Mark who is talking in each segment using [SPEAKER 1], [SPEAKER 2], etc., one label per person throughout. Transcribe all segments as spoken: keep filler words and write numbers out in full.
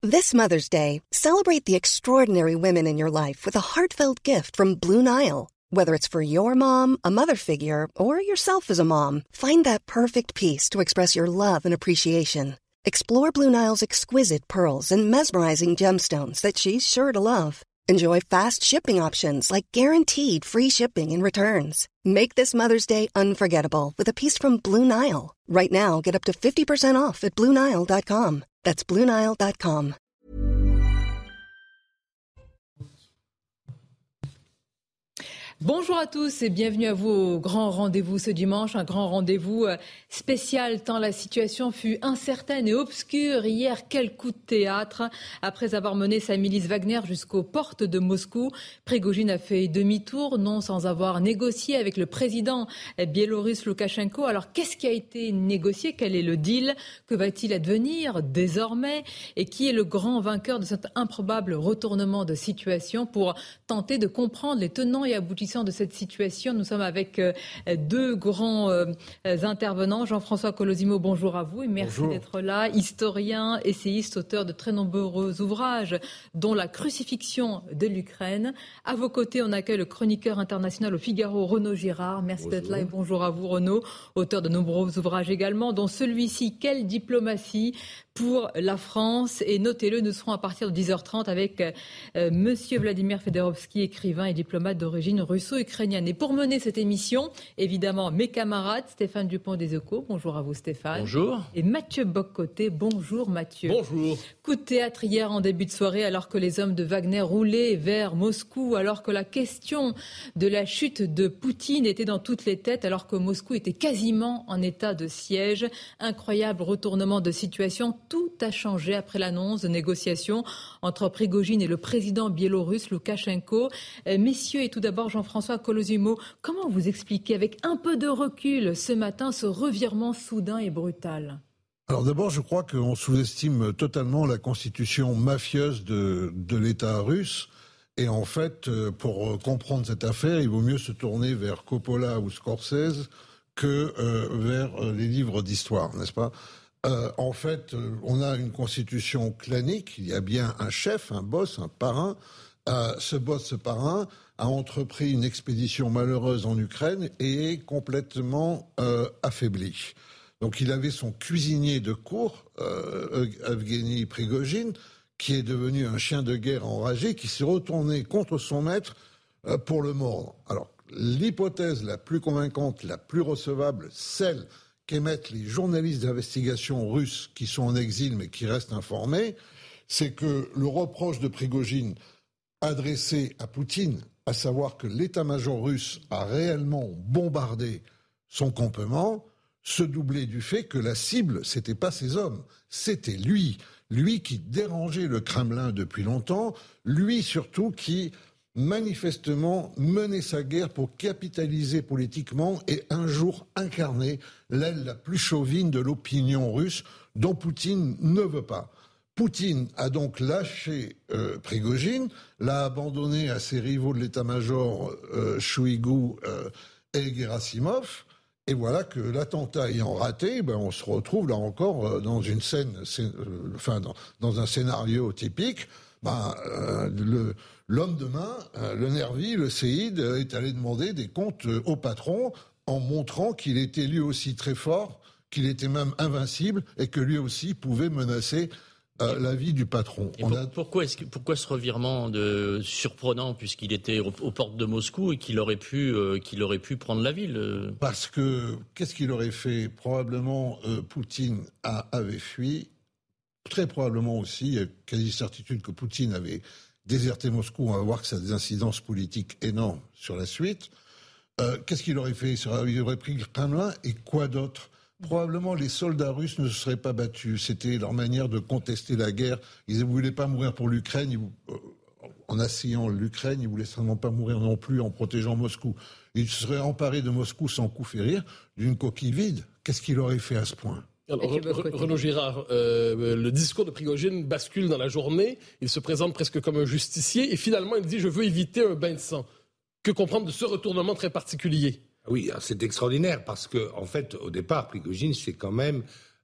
[SPEAKER 1] This Mother's Day, celebrate the extraordinary women in your life with a heartfelt gift from Blue Nile. Whether it's for your mom, a mother figure, or yourself as a mom, find that perfect piece to express your love and appreciation. Explore Blue Nile's exquisite pearls and mesmerizing gemstones that she's sure to love. Enjoy fast shipping options like guaranteed free shipping and returns. Make this Mother's Day unforgettable with a piece from Blue Nile. Right now, get up to fifty percent off at blue nile dot com. That's blue nile dot com.
[SPEAKER 2] Bonjour à tous et bienvenue à vous au grand rendez-vous ce dimanche, un grand rendez-vous spécial tant la situation fut incertaine et obscure hier. Quel coup de théâtre! Après avoir mené sa milice Wagner jusqu'aux portes de Moscou, Prigojine a fait demi-tour, non sans avoir négocié avec le président biélorusse Loukachenko. Alors qu'est-ce qui a été négocié? Quel est le deal? Que va-t-il advenir désormais? Et qui est le grand vainqueur de cet improbable retournement de situation? Pour tenter de comprendre les tenants et aboutissants de cette situation, nous sommes avec euh, deux grands euh, intervenants. Jean-François Colosimo, bonjour à vous et merci bonjour. D'être là. Historien, essayiste, auteur de très nombreux ouvrages, dont La crucifixion de l'Ukraine. À vos côtés, on accueille le chroniqueur international au Figaro, Renaud Girard. Merci bonjour. D'être là et bonjour à vous, Renaud. Auteur de nombreux ouvrages également, dont celui-ci, Quelle diplomatie pour la France? Et notez-le, nous serons à partir de dix heures trente avec euh, Monsieur Vladimir Fedorovski, écrivain et diplomate d'origine russo-ukrainienne. Et pour mener cette émission, évidemment, mes camarades, Stéphane Dupont des Échos. Bonjour à vous, Stéphane.
[SPEAKER 3] Bonjour.
[SPEAKER 2] Et Mathieu Bock-Côté. Bonjour, Mathieu.
[SPEAKER 3] Bonjour.
[SPEAKER 2] Coup de théâtre hier en début de soirée, alors que les hommes de Wagner roulaient vers Moscou, alors que la question de la chute de Poutine était dans toutes les têtes, alors que Moscou était quasiment en état de siège. Incroyable retournement de situation. Tout a changé après l'annonce de négociations entre Prigojine et le président biélorusse Loukachenko. Euh, messieurs, et tout d'abord Jean-François Colosimo, comment vous expliquez avec un peu de recul ce matin ce revirement soudain et brutal?
[SPEAKER 4] Alors d'abord, je crois qu'on sous-estime totalement la constitution mafieuse de, de l'État russe. Et en fait, pour comprendre cette affaire, il vaut mieux se tourner vers Coppola ou Scorsese que euh, vers les livres d'histoire, n'est-ce pas ? Euh, en fait, on a une constitution clanique, il y a bien un chef, un boss, un parrain. Euh, ce boss, ce parrain, a entrepris une expédition malheureuse en Ukraine et est complètement euh, affaibli. Donc il avait son cuisinier de cour, euh, Evgeny Prigojine, qui est devenu un chien de guerre enragé, qui s'est retourné contre son maître euh, pour le mordre. Alors, l'hypothèse la plus convaincante, la plus recevable, celle qu'émettent les journalistes d'investigation russes qui sont en exil mais qui restent informés, c'est que le reproche de Prigojine adressé à Poutine, à savoir que l'état-major russe a réellement bombardé son campement, se doublait du fait que la cible, c'était pas ses hommes, c'était lui. Lui qui dérangeait le Kremlin depuis longtemps, lui surtout qui manifestement menait sa guerre pour capitaliser politiquement et un jour incarner l'aile la plus chauvine de l'opinion russe dont Poutine ne veut pas. Poutine a donc lâché euh, Prigojine, l'a abandonné à ses rivaux de l'état-major euh, Shoigu euh, et Gerasimov, et voilà que l'attentat ayant raté, ben on se retrouve là encore euh, dans une scène, euh, enfin dans, dans un scénario typique. Ben, euh, le, l'homme de main, euh, le nervi, le séide, euh, est allé demander des comptes euh, au patron en montrant qu'il était lui aussi très fort, qu'il était même invincible et que lui aussi pouvait menacer Euh, la vie du patron.
[SPEAKER 3] Et pour, a... pourquoi, est-ce que, pourquoi ce revirement de, surprenant puisqu'il était aux, aux portes de Moscou et qu'il aurait pu, euh, qu'il aurait pu prendre la ville euh...
[SPEAKER 4] Parce que, qu'est-ce qu'il aurait fait? Probablement, euh, Poutine a, avait fui. Très probablement aussi, il y a quasi certitude que Poutine avait déserté Moscou. On va voir que ça a des incidences politiques énormes sur la suite. Euh, qu'est-ce qu'il aurait fait? Il aurait pris le Kremlin et quoi d'autre? Probablement, les soldats russes ne se seraient pas battus. C'était leur manière de contester la guerre. Ils ne voulaient pas mourir pour l'Ukraine. Ils, euh, en assaillant l'Ukraine, ils ne voulaient certainement pas mourir non plus en protégeant Moscou. Ils se seraient emparés de Moscou sans coup férir, d'une coquille vide. Qu'est-ce qu'il aurait fait à ce point?
[SPEAKER 5] Alors, Renaud Girard, euh, le discours de Prigojine bascule dans la journée. Il se présente presque comme un justicier. Et finalement, il dit « Je veux éviter un bain de sang ». Que comprendre de ce retournement très particulier?
[SPEAKER 6] Oui, c'est extraordinaire parce que, en fait, au départ, Prigojine, c'est quand même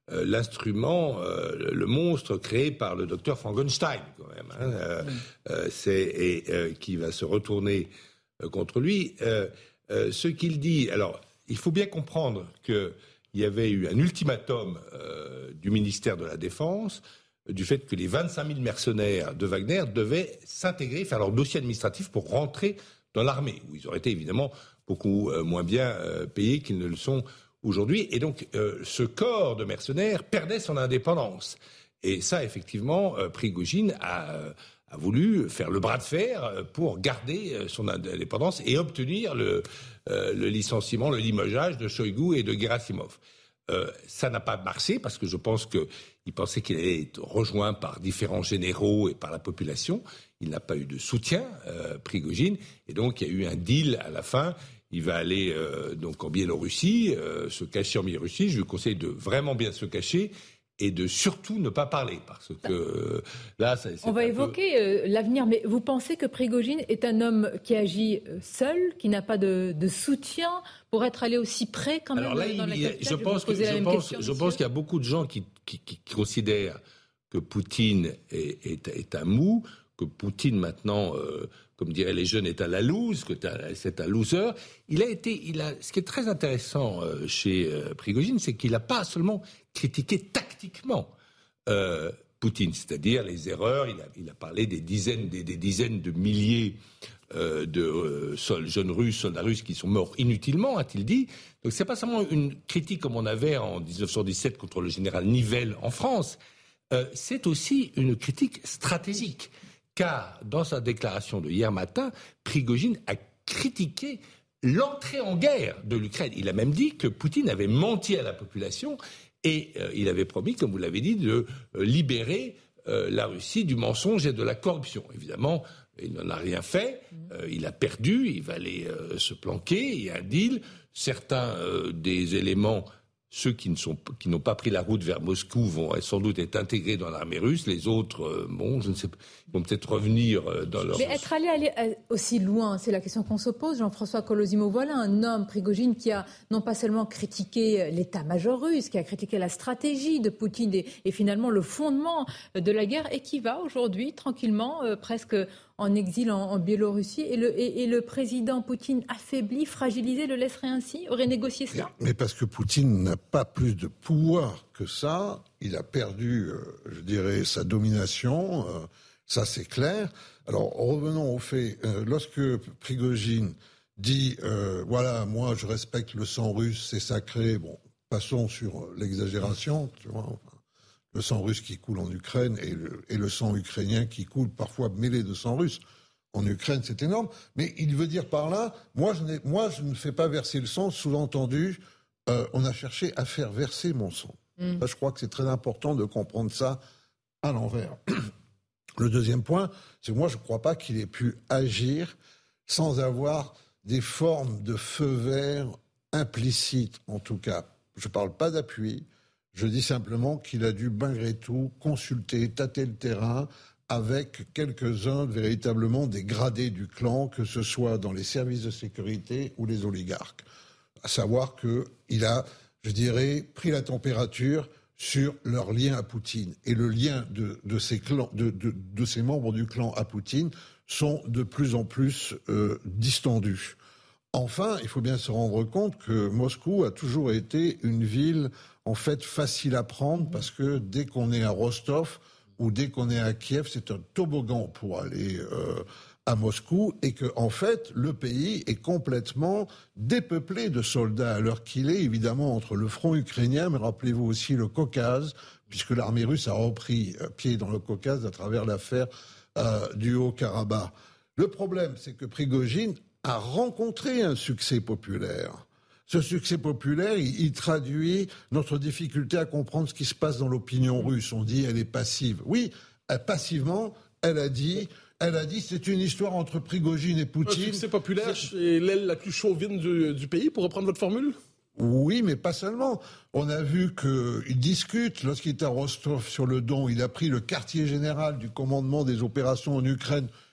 [SPEAKER 6] euh, l'instrument, euh, le monstre créé par le docteur Frankenstein, quand même, hein, euh, euh, c'est, et euh, qui va se retourner euh, contre lui. Euh, euh, ce qu'il dit, alors, il faut bien comprendre qu'il y avait eu un ultimatum euh, du ministère de la Défense euh, du fait que les vingt-cinq mille mercenaires de Wagner devaient s'intégrer, faire leur dossier administratif pour rentrer dans l'armée, où ils auraient été évidemment beaucoup euh, moins bien euh, payés qu'ils ne le sont aujourd'hui. Et donc, euh, ce corps de mercenaires perdait son indépendance. Et ça, effectivement, euh, Prigojine a, euh, a voulu faire le bras de fer pour garder euh, son indépendance et obtenir le, euh, le licenciement, le limogeage de Shoigu et de Gerasimov. Euh, ça n'a pas marché parce que je pense qu'il pensait qu'il allait être rejoint par différents généraux et par la population. Il n'a pas eu de soutien, euh, Prigojine, et donc il y a eu un deal à la fin. Il va aller euh, donc en Biélorussie, euh, se cacher en Biélorussie. Je lui conseille de vraiment bien se cacher et de surtout ne pas parler, parce que euh, là, ça, c'est
[SPEAKER 2] on va
[SPEAKER 6] un
[SPEAKER 2] évoquer
[SPEAKER 6] peu...
[SPEAKER 2] euh, l'avenir, mais vous pensez que Prigojine est un homme qui agit seul, qui n'a pas de, de soutien pour être allé aussi près quand même?
[SPEAKER 6] Alors là,
[SPEAKER 2] dans
[SPEAKER 6] il,
[SPEAKER 2] la
[SPEAKER 6] il,
[SPEAKER 2] capitale?
[SPEAKER 6] je pense, que, je pense,
[SPEAKER 2] question,
[SPEAKER 6] je pense qu'il y a beaucoup de gens qui, qui, qui, qui considèrent que Poutine est, est, est un mou, que Poutine maintenant, euh, comme diraient les jeunes, est à la loose, que c'est un loser. Il a été, il a, ce qui est très intéressant euh, chez euh, Prigojine, c'est qu'il n'a pas seulement critiqué tactiquement euh, Poutine, c'est-à-dire les erreurs. Il a, il a parlé des dizaines, des, des dizaines de milliers euh, de euh, sol, jeunes Russes, soldats russes qui sont morts inutilement, a-t-il dit. Donc c'est pas seulement une critique comme on avait en dix-neuf cent dix-sept contre le général Nivelle en France. Euh, c'est aussi une critique stratégique. Car dans sa déclaration de hier matin, Prigojine a critiqué l'entrée en guerre de l'Ukraine. Il a même dit que Poutine avait menti à la population et euh, il avait promis, comme vous l'avez dit, de euh, libérer euh, la Russie du mensonge et de la corruption. Évidemment, il n'en a rien fait, euh, il a perdu, il va aller euh, se planquer, il y a un deal. Certains euh, des éléments... Ceux qui, ne sont, qui n'ont pas pris la route vers Moscou vont sans doute être intégrés dans l'armée russe. Les autres, euh, bon, je ne sais pas, vont peut-être revenir euh, dans leur...
[SPEAKER 2] Mais être allé, aller aussi loin, c'est la question qu'on se pose. Jean-François Colosimo, voilà un homme, Prigojine, qui a non pas seulement critiqué l'état-major russe, qui a critiqué la stratégie de Poutine et, et finalement le fondement de la guerre, et qui va aujourd'hui, tranquillement, euh, presque en exil en, en Biélorussie. Et le, et, et le président Poutine, affaibli, fragilisé, le laisserait ainsi, aurait négocié cela?
[SPEAKER 4] Mais, mais parce que Poutine n'a pas plus de pouvoir que ça. Il a perdu, euh, je dirais, sa domination. Euh, ça, c'est clair. Alors, revenons au fait. Euh, lorsque Prigojine dit euh, « Voilà, moi, je respecte le sang russe, c'est sacré », bon, passons sur l'exagération, tu vois, enfin, le sang russe qui coule en Ukraine et le, et le sang ukrainien qui coule parfois mêlé de sang russe en Ukraine, c'est énorme. Mais il veut dire par là, moi je, n'ai, moi, je ne fais pas verser le sang, sous-entendu, euh, on a cherché à faire verser mon sang. Mmh. Là, je crois que c'est très important de comprendre ça à l'envers. Le deuxième point, c'est que moi, je ne crois pas qu'il ait pu agir sans avoir des formes de feu vert implicites, en tout cas. Je ne parle pas d'appui. Je dis simplement qu'il a dû, malgré tout, consulter, tâter le terrain avec quelques-uns véritablement des gradés du clan, que ce soit dans les services de sécurité ou les oligarques. À savoir qu'il a, je dirais, pris la température sur leur lien à Poutine. Et le lien de, de, ces, clans, de, de, de ces membres du clan à Poutine sont de plus en plus euh, distendus. Enfin, il faut bien se rendre compte que Moscou a toujours été une ville, en fait, facile à prendre, parce que dès qu'on est à Rostov ou dès qu'on est à Kiev, c'est un toboggan pour aller euh, à Moscou, et que, en fait, le pays est complètement dépeuplé de soldats, à l'heure qu'il est, évidemment, entre le front ukrainien, mais rappelez-vous aussi le Caucase, puisque l'armée russe a repris euh, pied dans le Caucase à travers l'affaire euh, du Haut-Karabakh. Le problème, c'est que Prigojine a rencontré un succès populaire. Ce succès populaire, il, il traduit notre difficulté à comprendre ce qui se passe dans l'opinion russe. On dit elle est passive. Oui, elle, passivement, elle a dit, elle a dit c'est une histoire entre Prigojine et Poutine.
[SPEAKER 5] Un succès populaire, c'est l'aile la plus chauvine du, du pays, pour reprendre votre formule?
[SPEAKER 4] Oui, mais pas seulement. On a vu qu'il discute, lorsqu'il était à Rostov sur le Don, il a pris le quartier général du commandement des opérations en Ukraine,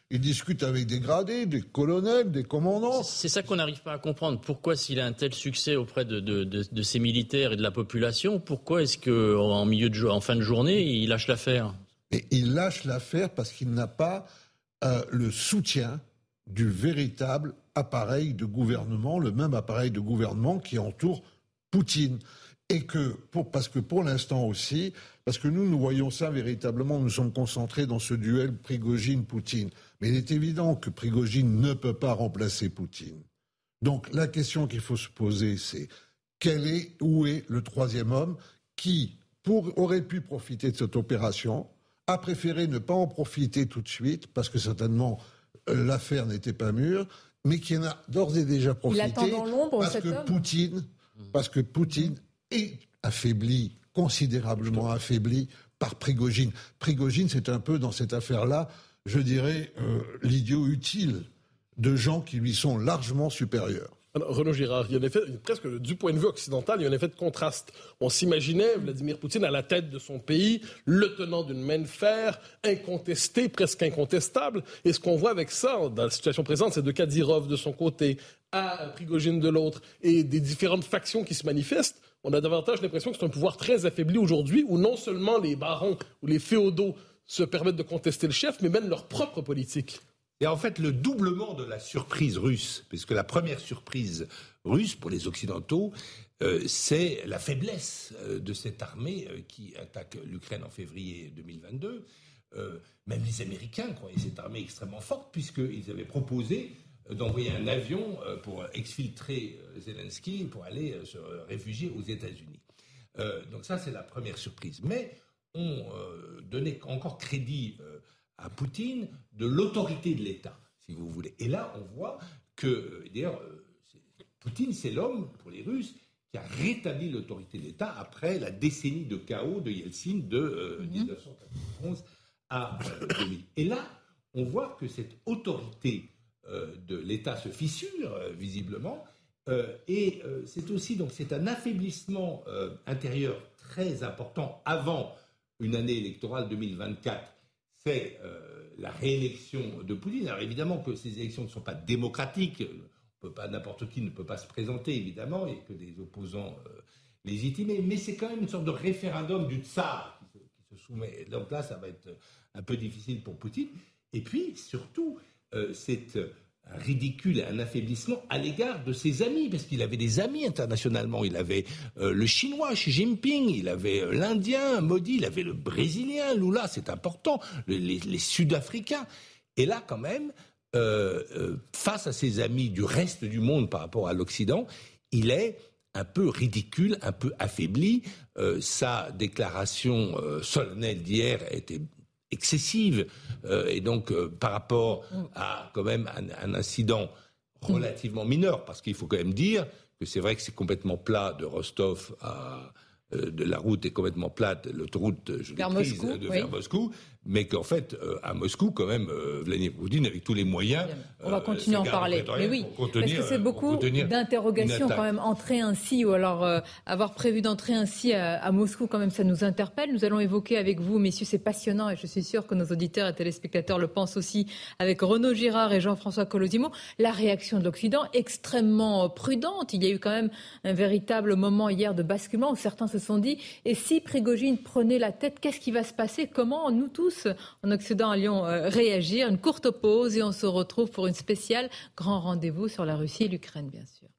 [SPEAKER 4] il discute avec des gradés, des colonels, des commandants.
[SPEAKER 3] C'est, c'est ça qu'on n'arrive pas à comprendre. Pourquoi, s'il a un tel succès auprès de, de, de, de ses militaires et de la population, pourquoi est-ce qu'en milieu de en fin de journée, il lâche l'affaire ?
[SPEAKER 4] Et il lâche l'affaire parce qu'il n'a pas euh, le soutien du véritable appareil de gouvernement, le même appareil de gouvernement qui entoure Poutine. Et que, pour, parce que pour l'instant aussi, parce que nous, nous voyons ça véritablement, nous sommes concentrés dans ce duel Prigojine-Poutine. Mais il est évident que Prigojine ne peut pas remplacer Poutine. Donc la question qu'il faut se poser, c'est quel est, où est le troisième homme qui pour, aurait pu profiter de cette opération, a préféré ne pas en profiter tout de suite, parce que certainement euh, l'affaire n'était pas mûre, mais qui en a d'ores et déjà profité.
[SPEAKER 2] Il attend dans l'ombre,
[SPEAKER 4] parce
[SPEAKER 2] cet
[SPEAKER 4] que
[SPEAKER 2] homme.
[SPEAKER 4] Poutine, parce que Poutine est affaibli, considérablement affaibli par Prigojine. Prigojine, c'est un peu dans cette affaire-là, je dirais, euh, l'idiot utile de gens qui lui sont largement supérieurs.
[SPEAKER 5] Alors, Renaud Girard, il y a un effet, presque du point de vue occidental, il y a un effet de contraste. On s'imaginait Vladimir Poutine à la tête de son pays, le tenant d'une main de fer, incontesté, presque incontestable. Et ce qu'on voit avec ça, dans la situation présente, c'est de Kadyrov de son côté, à Prigojine de l'autre, et des différentes factions qui se manifestent. On a davantage l'impression que c'est un pouvoir très affaibli aujourd'hui, où non seulement les barons ou les féodaux se permettent de contester le chef, mais mènent leur propre politique.
[SPEAKER 6] Et en fait, le doublement de la surprise russe, puisque la première surprise russe pour les Occidentaux, euh, c'est la faiblesse euh, de cette armée euh, qui attaque l'Ukraine en février deux mille vingt-deux. Euh, même les Américains croyaient cette armée extrêmement forte, puisqu'ils avaient proposé euh, d'envoyer un avion euh, pour exfiltrer euh, Zelensky pour aller euh, se réfugier aux États-Unis. Euh, donc ça, c'est la première surprise. Mais on euh, donnait encore crédit euh, à Poutine de l'autorité de l'État, si vous voulez. Et là, on voit que, d'ailleurs, c'est, Poutine, c'est l'homme, pour les Russes, qui a rétabli l'autorité de l'État après la décennie de chaos de Yeltsin de euh, mmh. dix-neuf cent quatre-vingt-onze à euh, deux mille. Et là, on voit que cette autorité euh, de l'État se fissure, euh, visiblement, euh, et euh, c'est aussi, donc, c'est un affaiblissement euh, intérieur très important avant une année électorale deux mille vingt-quatre. C'est euh, la réélection de Poutine. Alors évidemment que ces élections ne sont pas démocratiques, on peut pas, n'importe qui ne peut pas se présenter, évidemment, il n'y a que des opposants euh, légitimés, mais c'est quand même une sorte de référendum du tsar qui se, qui se soumet. Donc là, ça va être un peu difficile pour Poutine. Et puis, surtout, euh, c'est un ridicule, un affaiblissement à l'égard de ses amis, parce qu'il avait des amis internationalement. Il avait euh, le Chinois, Xi Jinping, il avait euh, l'Indien, Modi, il avait le Brésilien, Lula, c'est important, le, les, les Sud-Africains. Et là, quand même, euh, euh, face à ses amis du reste du monde par rapport à l'Occident, il est un peu ridicule, un peu affaibli. Euh, sa déclaration euh, solennelle d'hier était excessive, euh, et donc euh, par rapport à quand même un, un incident relativement mineur, parce qu'il faut quand même dire que c'est vrai que c'est complètement plat de Rostov à euh, de la route est complètement plate, l'autoroute je l'ai prise Moscou, de oui. vers Moscou, mais qu'en fait euh, à Moscou quand même euh, Vladimir Poutine avec tous les moyens.
[SPEAKER 2] On va euh, continuer à en parler, mais oui, contenir, parce que c'est beaucoup d'interrogations quand même entrer ainsi ou alors euh, avoir prévu d'entrer ainsi à, à Moscou quand même ça nous interpelle. Nous allons évoquer avec vous, messieurs, c'est passionnant et je suis sûr que nos auditeurs et téléspectateurs le pensent aussi avec Renaud Girard et Jean-François Colosimo, la réaction de l'Occident extrêmement prudente. Il y a eu quand même un véritable moment hier de basculement où certains se sont dit et si Prigojine prenait la tête, qu'est-ce qui va se passer? Comment nous tous en Occident allions euh, réagir? Une courte pause et on se retrouve pour une spéciale grand rendez-vous sur la Russie et l'Ukraine, bien sûr.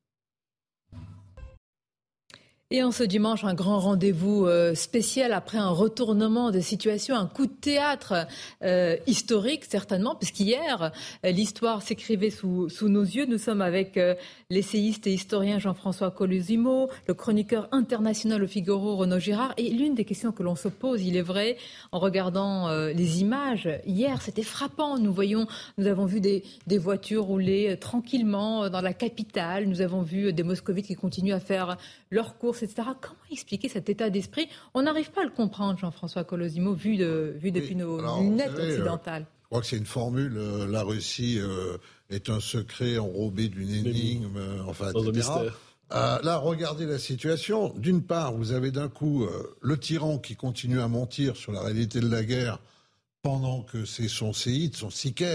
[SPEAKER 2] Et en ce dimanche, un grand rendez-vous euh, spécial après un retournement de situation, un coup de théâtre euh, historique certainement, puisqu'hier, euh, l'histoire s'écrivait sous, sous nos yeux. Nous sommes avec euh, l'essayiste et historien Jean-François Colosimo, le chroniqueur international au Figaro Renaud Girard. Et l'une des questions que l'on se pose, il est vrai, en regardant euh, les images, hier, c'était frappant. Nous voyons, nous avons vu des, des voitures rouler euh, tranquillement dans la capitale. Nous avons vu euh, des moscovites qui continuent à faire leurs courses, et cetera. Comment expliquer cet état d'esprit? On n'arrive pas à le comprendre, Jean-François Colosimo, vu, de, vu depuis oui, nos alors, lunettes savez, occidentales.
[SPEAKER 4] Euh, je crois que c'est une formule. Euh, la Russie euh, est un secret enrobé d'une énigme, euh, enfin, et cetera. Euh, là, regardez la situation. D'une part, vous avez d'un coup euh, le tyran qui continue à mentir sur la réalité de la guerre pendant que c'est son séide, son sicaire,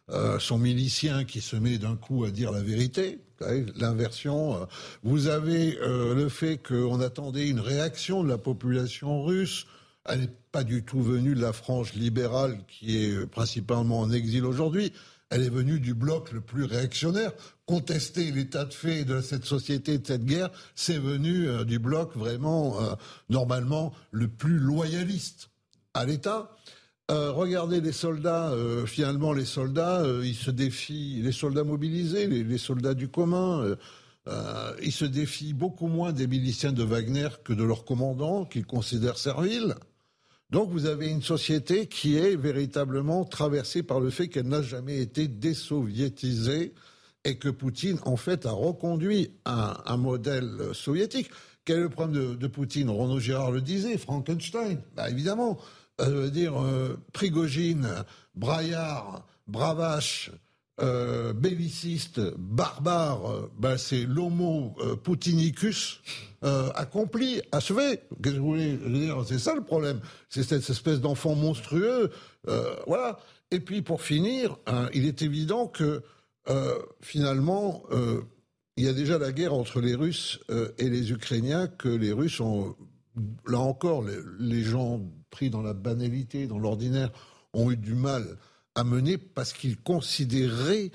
[SPEAKER 4] euh, son milicien qui se met d'un coup à dire la vérité, l'inversion. Euh, vous avez euh, le fait qu'on attendait une réaction de la population russe. Elle n'est pas du tout venue de la frange libérale qui est principalement en exil aujourd'hui. Elle est venue du bloc le plus réactionnaire. Contester l'état de fait de cette société, de cette guerre, c'est venu euh, du bloc vraiment, euh, normalement, le plus loyaliste à l'État. Euh, regardez les soldats, euh, finalement les soldats, euh, ils se défient, les soldats mobilisés, les, les soldats du commun, euh, euh, ils se défient beaucoup moins des miliciens de Wagner que de leurs commandants, qu'ils considèrent serviles. Donc vous avez une société qui est véritablement traversée par le fait qu'elle n'a jamais été désoviétisée et que Poutine, en fait, a reconduit un, un modèle soviétique. Quel est le problème de, de Poutine ? Renaud Girard le disait, Frankenstein, bah, évidemment. Ça veut dire euh, Prigojine, braillard, bravache, euh, belliciste, barbare, euh, bah, c'est l'homo euh, Poutinicus euh, accompli, achevé. Qu'est-ce que vous voulez dire ? C'est ça le problème. C'est cette espèce d'enfant monstrueux. Euh, voilà. Et puis pour finir, hein, il est évident que euh, finalement, euh, il y a déjà la guerre entre les Russes euh, et les Ukrainiens, que les Russes ont, là encore, les, les gens pris dans la banalité, dans l'ordinaire, ont eu du mal à mener parce qu'ils considéraient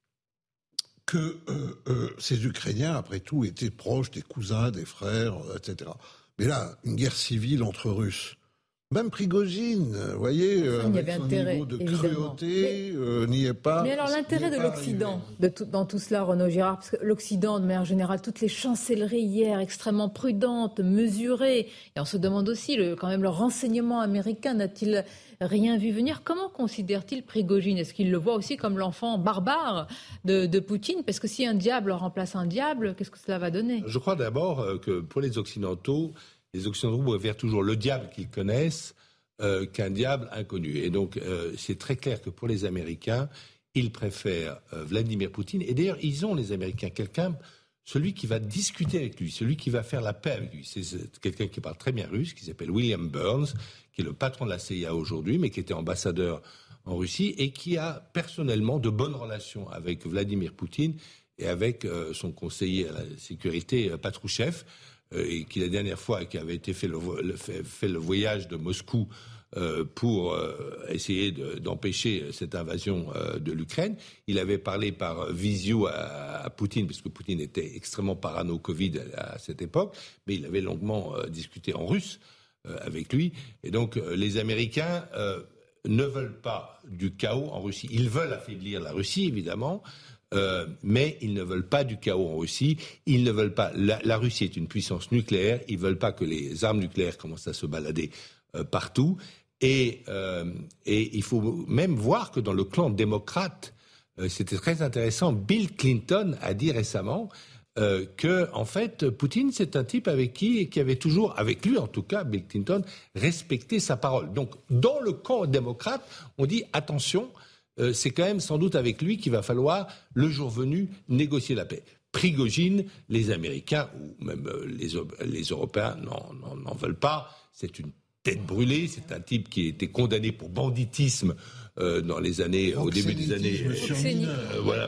[SPEAKER 4] que euh, euh, ces Ukrainiens, après tout, étaient proches des cousins, des frères, euh, et cetera. Mais là, une guerre civile entre Russes, même Prigojine, vous voyez, euh, avec son intérêt, niveau de cruauté, euh, n'y est pas.
[SPEAKER 2] Mais alors l'intérêt de l'Occident de tout, dans tout cela, Renaud Girard, parce que l'Occident, de manière générale, toutes les chancelleries hier extrêmement prudentes, mesurées, et on se demande aussi, le, quand même, le renseignement américain n'a-t-il rien vu venir ? Comment considère-t-il Prigojine ? Est-ce qu'il le voit aussi comme l'enfant barbare de, de Poutine ? Parce que si un diable remplace un diable, qu'est-ce que cela va donner ?
[SPEAKER 6] Je crois d'abord que pour les Occidentaux, les Occidentaux préfèrent toujours le diable qu'ils connaissent euh, qu'un diable inconnu. Et donc, euh, c'est très clair que pour les Américains, ils préfèrent euh, Vladimir Poutine. Et d'ailleurs, ils ont, les Américains, quelqu'un, celui qui va discuter avec lui, celui qui va faire la paix avec lui. C'est, c'est quelqu'un qui parle très bien russe, qui s'appelle William Burns, qui est le patron de la C I A aujourd'hui, mais qui était ambassadeur en Russie et qui a personnellement de bonnes relations avec Vladimir Poutine et avec euh, son conseiller à la sécurité, euh, Patrouchev, et qui la dernière fois qui avait été fait le, le, fait, fait le voyage de Moscou euh, pour euh, essayer de, d'empêcher cette invasion euh, de l'Ukraine. Il avait parlé par visio à, à Poutine, parce que Poutine était extrêmement parano Covid à, à cette époque, mais il avait longuement euh, discuté en russe euh, avec lui. Et donc euh, les Américains euh, ne veulent pas du chaos en Russie. Ils veulent affaiblir la Russie, évidemment. Euh, mais ils ne veulent pas du chaos en Russie. Ils ne veulent pas. La, la Russie est une puissance nucléaire. Ils ne veulent pas que les armes nucléaires commencent à se balader euh, partout. Et, euh, et il faut même voir que dans le clan démocrate, euh, c'était très intéressant. Bill Clinton a dit récemment euh, que, en fait, Poutine, c'est un type avec qui, qui avait toujours, avec lui en tout cas, Bill Clinton, respecté sa parole. Donc, dans le camp démocrate, on dit attention. Euh, c'est quand même sans doute avec lui qu'il va falloir, le jour venu, négocier la paix. Prigojine, les Américains, ou même euh, les, les Européens, n'en, n'en, n'en veulent pas. C'est une tête brûlée, c'est un type qui a été condamné pour banditisme euh, dans les années, au début des années... Euh, voilà,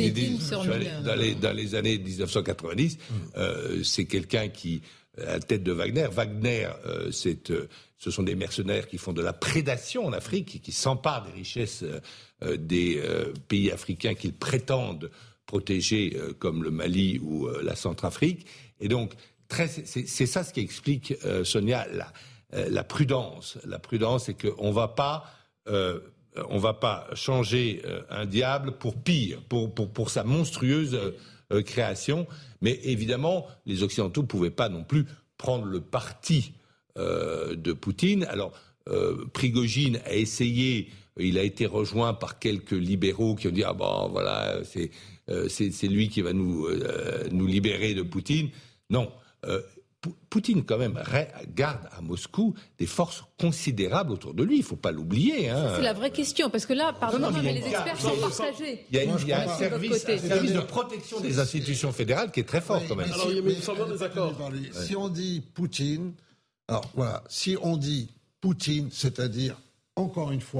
[SPEAKER 6] dans les, dans les années dix-neuf cent quatre-vingt-dix, euh, c'est quelqu'un qui... à la tête de Wagner. Wagner, euh, c'est, euh, ce sont des mercenaires qui font de la prédation en Afrique, qui, qui s'emparent des richesses euh, des euh, pays africains qu'ils prétendent protéger, euh, comme le Mali ou euh, la Centrafrique. Et donc, très, c'est, c'est ça ce qui explique, euh, Sonia, la, euh, la prudence. La prudence, c'est qu'on va pas... Euh, on va pas changer euh, un diable pour pire, pour, pour, pour sa monstrueuse... Euh, Euh, création, mais évidemment, les Occidentaux ne pouvaient pas non plus prendre le parti euh, de Poutine. Alors, euh, Prigojine a essayé, il a été rejoint par quelques libéraux qui ont dit « Ah bon, voilà, c'est, euh, c'est, c'est lui qui va nous, euh, nous libérer de Poutine ». Non, euh, P- Poutine, quand même, garde à Moscou des forces considérables autour de lui. Il ne faut pas l'oublier. Hein.
[SPEAKER 2] C'est la vraie question, parce que là, pardon, mais les experts sont partagés.
[SPEAKER 6] Il y a, une, il y a un, service, un service de protection des institutions fédérales qui est très fort,
[SPEAKER 4] oui,
[SPEAKER 6] quand même.
[SPEAKER 5] Alors, il y a une désaccord.
[SPEAKER 4] Si on dit Poutine, alors voilà, si on dit Poutine, c'est-à-dire, encore une fois,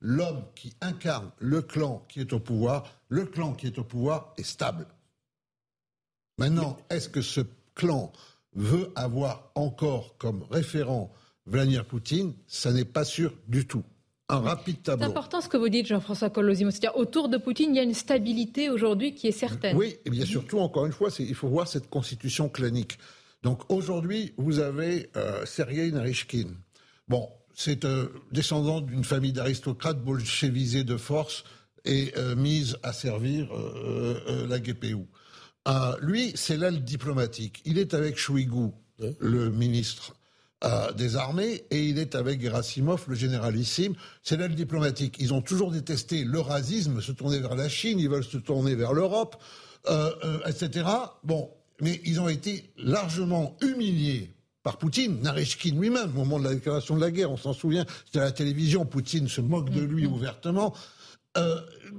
[SPEAKER 4] l'homme qui incarne le clan qui est au pouvoir, le clan qui est au pouvoir est stable. Maintenant, est-ce que ce clan veut avoir encore comme référent Vladimir Poutine ? Ça n'est pas sûr du tout. Un rapide tableau.
[SPEAKER 2] C'est important ce que vous dites, Jean-François Colosimo. C'est-à-dire, autour de Poutine, il y a une stabilité aujourd'hui qui est certaine.
[SPEAKER 4] Oui, et bien surtout, encore une fois, c'est, il faut voir cette constitution clanique. Donc aujourd'hui, vous avez euh, Sergueï Narychkin. Bon, c'est euh, descendant d'une famille d'aristocrates bolchevisés de force et euh, mise à servir euh, euh, la G P U. Euh, lui, c'est l'aile diplomatique. Il est avec Shoigu, oui. le ministre euh, des armées, et il est avec Gerasimov, le généralissime. C'est l'aile diplomatique. Ils ont toujours détesté l'eurasisme, se tourner vers la Chine, ils veulent se tourner vers l'Europe, euh, euh, et cetera. Bon, mais ils ont été largement humiliés par Poutine. Narychkin lui-même, au moment de la déclaration de la guerre, on s'en souvient, c'était à la télévision, Poutine se moque de lui mmh. ouvertement. Euh,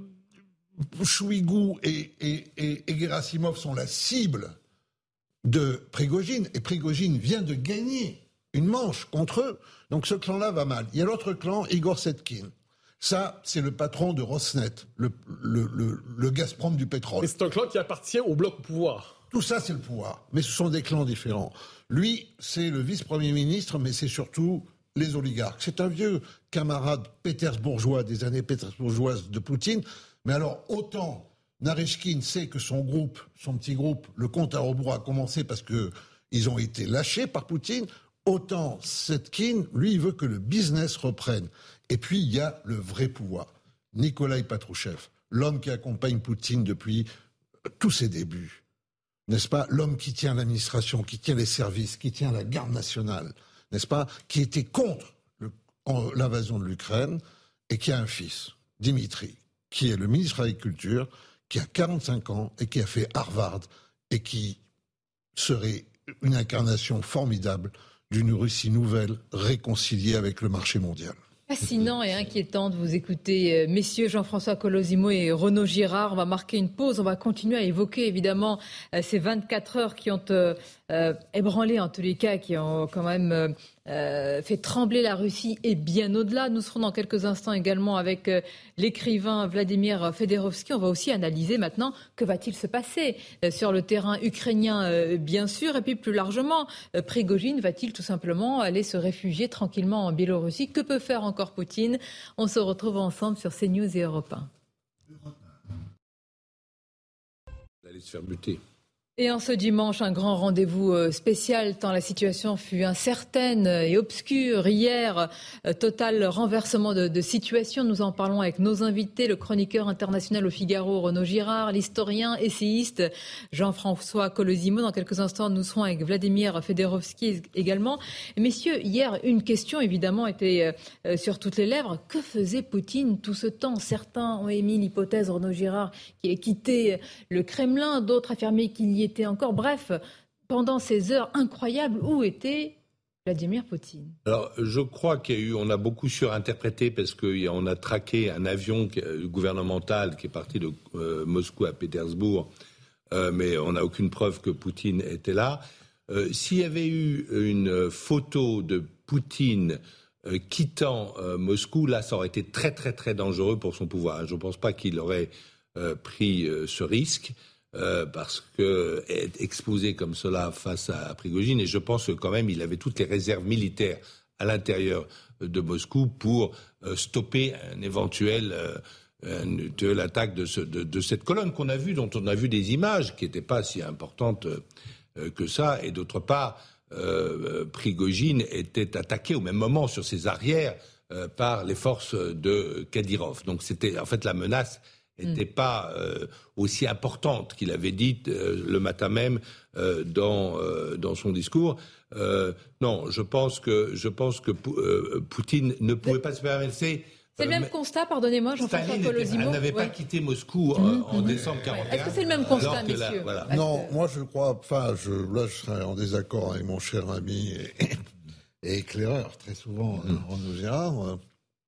[SPEAKER 4] Shoigu et, et, et, et Gerasimov sont la cible de Prigojine, et Prigojine vient de gagner une manche contre eux. Donc ce clan-là va mal. Il y a l'autre clan, Igor Setkin. Ça, c'est le patron de Rosneft, le, le, le, le Gazprom du pétrole.
[SPEAKER 5] Et c'est un clan qui appartient au bloc au pouvoir.
[SPEAKER 4] Tout ça, c'est le pouvoir. Mais ce sont des clans différents. Lui, c'est le vice-premier ministre, mais c'est surtout les oligarques. C'est un vieux camarade pétersbourgeois des années pétersbourgeoises de Poutine. Mais alors, autant Narychkin sait que son groupe, son petit groupe, le compte à rebours a commencé parce qu'ils ont été lâchés par Poutine, autant Setkin, lui, il veut que le business reprenne. Et puis, il y a le vrai pouvoir. Nikolaï Patrouchev, l'homme qui accompagne Poutine depuis tous ses débuts. N'est-ce pas ? L'homme qui tient l'administration, qui tient les services, qui tient la garde nationale, n'est-ce pas ? Qui était contre le, en, l'invasion de l'Ukraine et qui a un fils, Dimitri, qui est le ministre de l'Agriculture, qui a quarante-cinq ans et qui a fait Harvard et qui serait une incarnation formidable d'une Russie nouvelle réconciliée avec le marché mondial.
[SPEAKER 2] Fascinant et inquiétant de vous écouter, messieurs Jean-François Colosimo et Renaud Girard. On va marquer une pause, on va continuer à évoquer évidemment ces vingt-quatre heures qui ont euh, euh, ébranlé en tous les cas, qui ont quand même euh, euh, fait trembler la Russie et bien au-delà. Nous serons dans quelques instants également avec euh, l'écrivain Vladimir Fedorovski. On va aussi analyser maintenant que va-t-il se passer euh, sur le terrain ukrainien euh, bien sûr, et puis plus largement, euh, Prigojine va-t-il tout simplement aller se réfugier tranquillement en Biélorussie ? Que peut faire encore Poutine ? On se retrouve ensemble sur CNews et Europe un.
[SPEAKER 6] Il allait se faire buter.
[SPEAKER 2] Et en ce dimanche, un grand rendez-vous spécial tant la situation fut incertaine et obscure. Hier, total renversement de, de situation. Nous en parlons avec nos invités, le chroniqueur international au Figaro, Renaud Girard, l'historien, essayiste Jean-François Colosimo. Dans quelques instants, nous serons avec Vladimir Fedorovski également. Et messieurs, hier, une question évidemment était euh, sur toutes les lèvres. Que faisait Poutine tout ce temps ? Certains ont émis l'hypothèse, Renaud Girard, qu'il ait quitté le Kremlin. d'autres affirmaient qu'il y était encore. Bref, pendant ces heures incroyables, où était Vladimir Poutine?
[SPEAKER 6] Alors, je crois qu'il y a eu, on a beaucoup surinterprété parce qu'on a traqué un avion gouvernemental qui est parti de euh, Moscou à Pétersbourg, euh, mais on n'a aucune preuve que Poutine était là. Euh, s'il y avait eu une photo de Poutine euh, quittant euh, Moscou, là, ça aurait été très, très, très dangereux pour son pouvoir. Je ne pense pas qu'il aurait euh, pris euh, ce risque. Euh, parce que être exposé comme cela face à Prigojine, et je pense que quand même il avait toutes les réserves militaires à l'intérieur de Moscou pour euh, stopper un éventuel euh, une, de l'attaque de, ce, de, de cette colonne qu'on a vue, dont on a vu des images qui n'étaient pas si importantes euh, que ça, et d'autre part, euh, Prigojine était attaqué au même moment sur ses arrières euh, par les forces de Kadyrov. Donc c'était en fait la menace n'était pas euh, aussi importante qu'il avait dit euh, le matin même euh, dans, euh, dans son discours. Euh, non, je pense que, je pense que euh, Poutine ne pouvait pas se permettre. C'est,
[SPEAKER 2] c'est le même constat, pardonnez-moi, Jean-François Colosimo.
[SPEAKER 6] Elle n'avait
[SPEAKER 2] ouais.
[SPEAKER 6] pas quitté Moscou en, mmh, en mmh. décembre quarante et un.
[SPEAKER 2] Est-ce que c'est le même constat, messieurs
[SPEAKER 6] la, voilà.
[SPEAKER 4] Non, moi je crois, enfin, je, là je serais en désaccord avec mon cher ami et, et éclaireur, très souvent, mmh. Renaud Girard.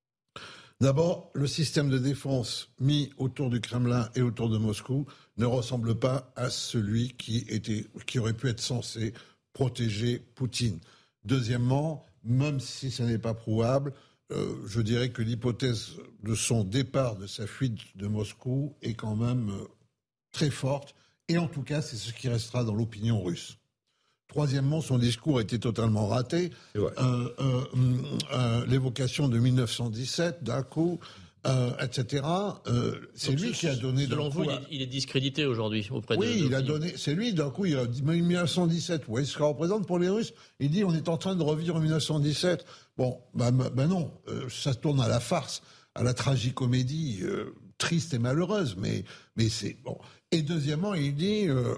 [SPEAKER 4] D'abord, le système de défense mis autour du Kremlin et autour de Moscou ne ressemble pas à celui qui, était, qui aurait pu être censé protéger Poutine. Deuxièmement, même si ce n'est pas prouvable, euh, je dirais que l'hypothèse de son départ, de sa fuite de Moscou, est quand même euh, très forte. Et en tout cas, c'est ce qui restera dans l'opinion russe. Troisièmement, son discours a été totalement raté. Euh, euh, euh, l'évocation de mille neuf cent dix-sept, d'un coup, euh, et cetera. Euh, c'est
[SPEAKER 3] Donc,
[SPEAKER 4] lui qui a donné...
[SPEAKER 3] Selon vous,
[SPEAKER 4] coup,
[SPEAKER 3] il, est, il est discrédité aujourd'hui auprès de...
[SPEAKER 4] Oui,
[SPEAKER 3] de
[SPEAKER 4] il a donné... C'est lui, d'un coup, il a dit mille neuf cent dix-sept. Vous voyez ce que ça représente pour les Russes? Il dit on est en train de revivre en mille neuf cent dix-sept. Bon, ben bah, bah non, euh, ça tourne à la farce, à la tragicomédie euh, triste et malheureuse. Mais, mais c'est... bon. Et deuxièmement, il dit... Euh,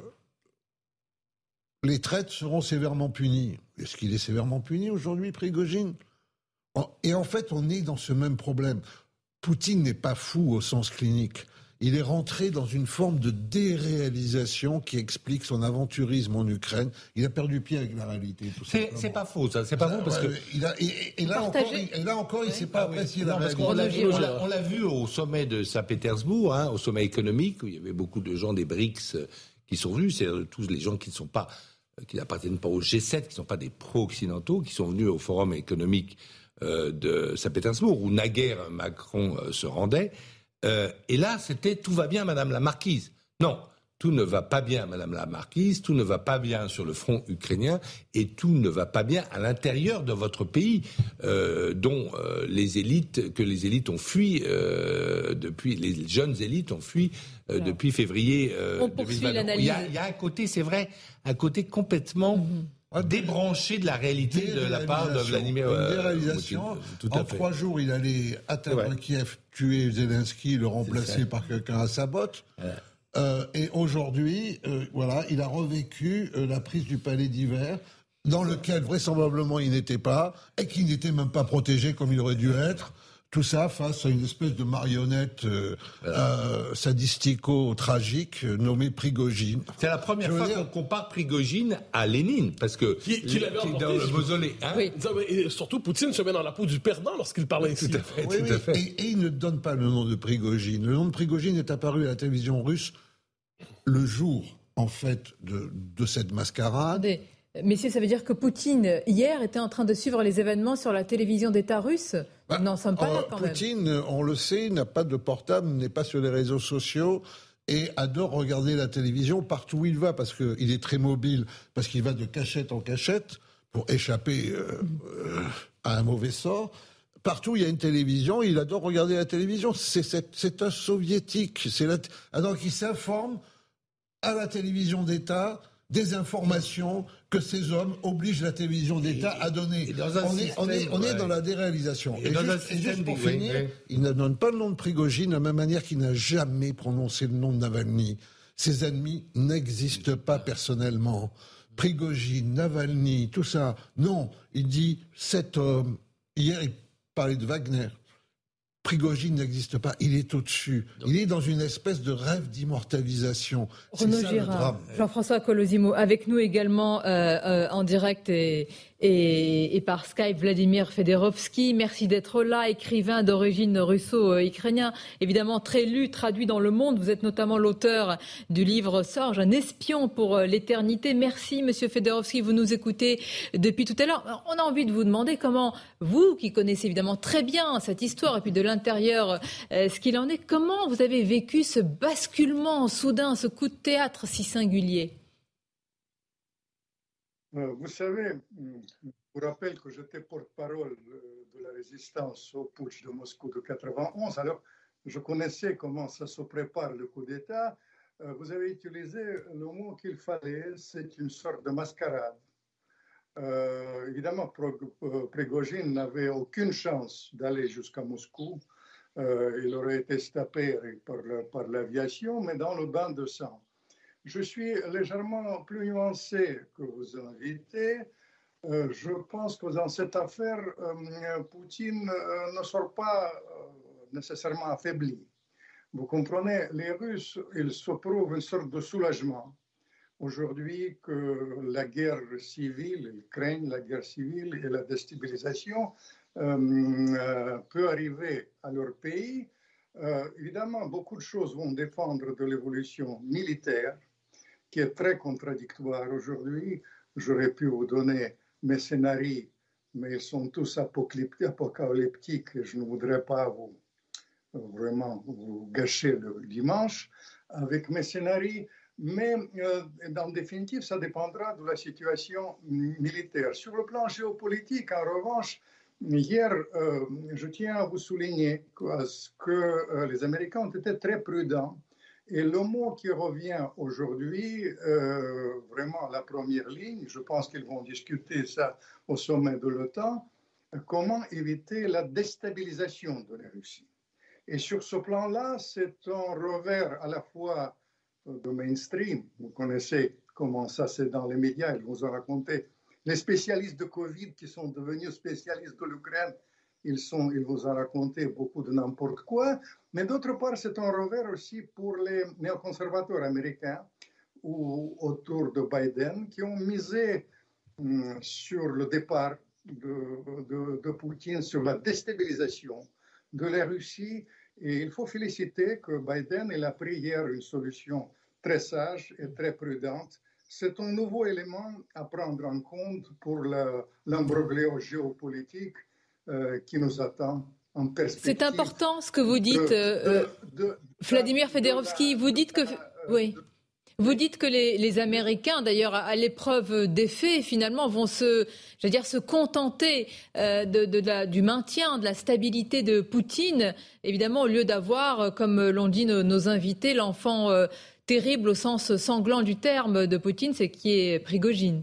[SPEAKER 4] les traîtres seront sévèrement punis. Est-ce qu'il est sévèrement puni aujourd'hui, Prigojine? Et en fait, on est dans ce même problème. Poutine n'est pas fou au sens clinique. Il est rentré dans une forme de déréalisation qui explique son aventurisme en Ukraine. Il a perdu pied avec la réalité. Tout
[SPEAKER 6] c'est, c'est pas faux, ça. C'est pas faux parce que
[SPEAKER 4] il a, et, et, là encore, il, et là encore, il ne s'est pas
[SPEAKER 6] ah,
[SPEAKER 4] apprécié
[SPEAKER 6] oui.
[SPEAKER 4] la
[SPEAKER 6] non, parce
[SPEAKER 4] réalité.
[SPEAKER 6] qu'on l'a vu, on l'a, on l'a vu au sommet de Saint-Pétersbourg, hein, au sommet économique, où il y avait beaucoup de gens des BRICS qui sont venus. C'est tous les gens qui ne sont pas, qui n'appartiennent pas au G sept, qui ne sont pas des pro-occidentaux, qui sont venus au forum économique euh, de Saint-Pétersbourg, où naguère Macron euh, se rendait. Euh, et là, c'était « tout va bien, Madame la Marquise ». Non, tout ne va pas bien, Madame la Marquise, tout ne va pas bien sur le front ukrainien et tout ne va pas bien à l'intérieur de votre pays, euh, dont euh, les élites, que les élites ont fui euh, depuis, les jeunes élites ont fui euh, depuis février euh,
[SPEAKER 2] On poursuit l'analyse.
[SPEAKER 6] Il y a, il y a un côté, c'est vrai, un côté complètement mm-hmm. débranché de la réalité de la part de Vladimir
[SPEAKER 4] euh, déréalisation. Tout à en fait. Trois jours, il allait atteindre ouais. Kiev, tuer Zelensky, le remplacer par quelqu'un à sa botte. Ouais. Euh, et aujourd'hui, euh, voilà, il a revécu euh, la prise du palais d'hiver, dans lequel vraisemblablement il n'était pas, et qui n'était même pas protégé comme il aurait dû être. Tout ça face à une espèce de marionnette euh, euh, sadistico-tragique euh, nommée Prigojine.
[SPEAKER 6] C'est la première fois dire... qu'on compare Prigojine à Lénine, parce que
[SPEAKER 5] qui, qui l'avait emporté
[SPEAKER 6] dans le mausolée. Hein
[SPEAKER 5] oui. Et surtout, Poutine se met dans la peau du perdant lorsqu'il parle ainsi.
[SPEAKER 6] Tout à fait.
[SPEAKER 4] Oui,
[SPEAKER 6] tout
[SPEAKER 4] oui.
[SPEAKER 6] à fait.
[SPEAKER 4] Et, et il ne donne pas le nom de Prigojine. Le nom de Prigojine est apparu à la télévision russe le jour, en fait, de, de cette mascarade.
[SPEAKER 2] Attendez. Messieurs, ça veut dire que Poutine, hier, était en train de suivre les événements sur la télévision d'État russe?
[SPEAKER 4] bah,
[SPEAKER 2] Nous n'en sommes pas
[SPEAKER 4] euh,
[SPEAKER 2] là, quand
[SPEAKER 4] Poutine,
[SPEAKER 2] même.
[SPEAKER 4] Poutine, on le sait, n'a pas de portable, n'est pas sur les réseaux sociaux et adore regarder la télévision partout où il va, parce qu'il est très mobile, parce qu'il va de cachette en cachette pour échapper euh, euh, à un mauvais sort. Partout où il y a une télévision, il adore regarder la télévision. C'est, c'est, c'est un soviétique. C'est la t... Alors qu'il s'informe à la télévision d'État des informations que ces hommes obligent la télévision d'État à donner. On, est, on, est, on est dans la déréalisation. Et, et, juste, et juste pour finir, oui, oui. il ne donne pas le nom de Prigojine de la même manière qu'il n'a jamais prononcé le nom de Navalny. Ses ennemis n'existent pas personnellement. Prigojine, Navalny, tout ça. Non, il dit cet homme. Hier, il parlait de Wagner. Prigojine n'existe pas, il est au-dessus. Il est dans une espèce de rêve d'immortalisation. C'est ça le drame.
[SPEAKER 2] Jean-François Colosimo, avec nous également euh, euh, en direct et, et, et par Skype, Vladimir Fedorovski. Merci d'être là, écrivain d'origine russo-ukrainien, évidemment très lu, traduit dans Le Monde. Vous êtes notamment l'auteur du livre Sorge, un espion pour l'éternité. Merci, Monsieur Fedorovski, vous nous écoutez depuis tout à l'heure. On a envie de vous demander comment vous, qui connaissez évidemment très bien cette histoire et puis de l'intérieur, euh, ce qu'il en est, comment vous avez vécu ce basculement soudain, ce coup de théâtre si singulier?
[SPEAKER 7] euh, Vous savez, je vous rappelle que j'étais porte-parole de la résistance au putsch de Moscou de quatre-vingt-onze, alors je connaissais comment ça se prépare le coup d'État. Euh, vous avez utilisé le mot qu'il fallait, c'est une sorte de mascarade. Euh, évidemment, Prigojine n'avait aucune chance d'aller jusqu'à Moscou. Euh, il aurait été stoppé par, par l'aviation, mais dans le bain de sang. Je suis légèrement plus nuancé que vous invitez. Euh, je pense que dans cette affaire, euh, Poutine euh, ne sort pas euh, nécessairement affaibli. Vous comprenez, les Russes, ils s'éprouvent une sorte de soulagement. Aujourd'hui, que la guerre civile, ils craignent la guerre civile et la déstabilisation euh, euh, peut arriver à leur pays. Euh, évidemment, beaucoup de choses vont dépendre de l'évolution militaire, qui est très contradictoire aujourd'hui. J'aurais pu vous donner mes scénarios mais ils sont tous apocalyptiques et je ne voudrais pas vous, vraiment vous gâcher le dimanche avec mes scénarios. Mais euh, en définitive, ça dépendra de la situation militaire. Sur le plan géopolitique, en revanche, hier, euh, je tiens à vous souligner que, que euh, les Américains ont été très prudents. Et le mot qui revient aujourd'hui, euh, vraiment à la première ligne, je pense qu'ils vont discuter ça au sommet de l'OTAN, comment éviter la déstabilisation de la Russie. Et sur ce plan-là, c'est un revers à la fois de mainstream. Vous connaissez comment ça c'est dans les médias, ils vous ont raconté. Les spécialistes de Covid qui sont devenus spécialistes de l'Ukraine, ils, sont, ils vous ont raconté beaucoup de n'importe quoi. Mais d'autre part, c'est un revers aussi pour les néoconservateurs américains ou autour de Biden qui ont misé hum, sur le départ de, de, de Poutine, sur la déstabilisation de la Russie. Et il faut féliciter que Biden il a pris hier une solution très sage et très prudente. C'est un nouveau élément à prendre en compte pour le, l'imbroglio géopolitique euh, qui nous attend en perspective.
[SPEAKER 2] C'est important ce que vous dites, euh, de, de, de, Vladimir Fedorovski. Vous dites que... Oui. Vous dites que les, les Américains, d'ailleurs, à l'épreuve des faits, finalement, vont se, je veux dire, se contenter euh, de, de la, du maintien, de la stabilité de Poutine, évidemment, au lieu d'avoir, comme l'ont dit nos, nos invités, l'enfant euh, terrible au sens sanglant du terme de Poutine, c'est qui est Prigojine.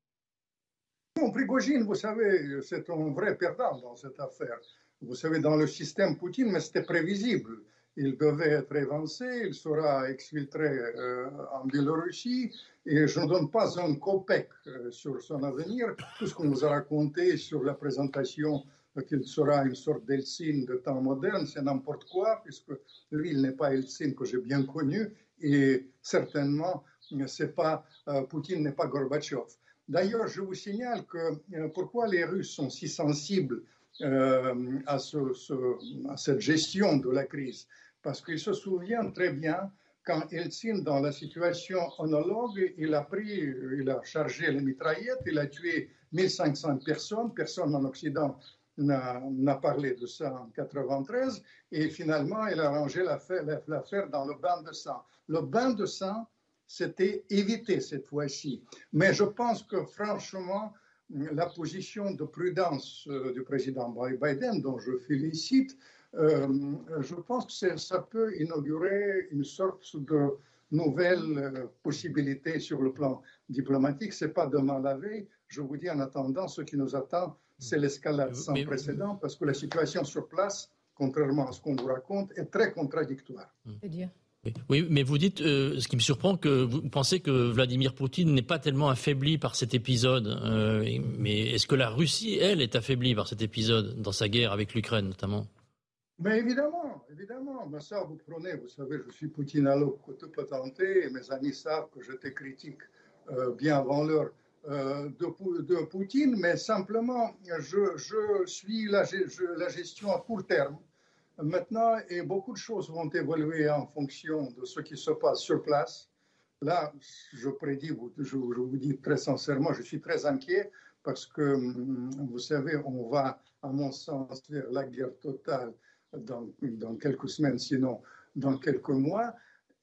[SPEAKER 7] Bon, Prigojine, vous savez, c'est un vrai perdant dans cette affaire. Vous savez, dans le système Poutine, mais c'était prévisible. Il devait être évincé, il sera exfiltré euh, en Biélorussie et je ne donne pas un copec euh, sur son avenir. Tout ce qu'on nous a raconté sur la présentation euh, qu'il sera une sorte d'Eltsine de temps moderne, c'est n'importe quoi, puisque lui, il n'est pas Eltsine que j'ai bien connu et certainement, c'est pas, euh, Poutine n'est pas Gorbatchev. D'ailleurs, je vous signale que euh, pourquoi les Russes sont si sensibles Euh, à, ce, ce, à cette gestion de la crise. Parce qu'il se souvient très bien quand Eltsine, dans la situation analogue, il a pris, il a chargé les mitraillettes, il a tué mille cinq cents personnes, personne en Occident n'a, n'a parlé de ça en quatre-vingt-treize, et finalement il a rangé l'affaire, l'affaire dans le bain de sang. Le bain de sang, c'était évité cette fois-ci. Mais je pense que franchement, la position de prudence euh, du président Biden, dont je félicite, euh, je pense que ça peut inaugurer une sorte de nouvelle euh, possibilité sur le plan diplomatique. Ce n'est pas demain la veille. Je vous dis en attendant, ce qui nous attend, c'est l'escalade sans mais, précédent, parce que la situation sur place, contrairement à ce qu'on vous raconte, est très contradictoire.
[SPEAKER 2] C'est-à-dire ?
[SPEAKER 3] Oui, mais vous dites, euh, ce qui me surprend, que vous pensez que Vladimir Poutine n'est pas tellement affaibli par cet épisode. Euh, mais est-ce que la Russie, elle, est affaiblie par cet épisode, dans sa guerre avec l'Ukraine notamment ?
[SPEAKER 7] Mais évidemment, évidemment. Mais ça, vous prenez, vous savez, je suis poutinalogue côté patenté, et mes amis savent que j'étais critique euh, bien avant l'heure euh, de, de Poutine, mais simplement, je, je suis la, je, la gestion à court terme. Maintenant, et beaucoup de choses vont évoluer en fonction de ce qui se passe sur place. Là, je prédis, je, je vous dis très sincèrement, je suis très inquiet parce que, vous savez, on va, à mon sens, vers la guerre totale dans, dans quelques semaines, sinon dans quelques mois.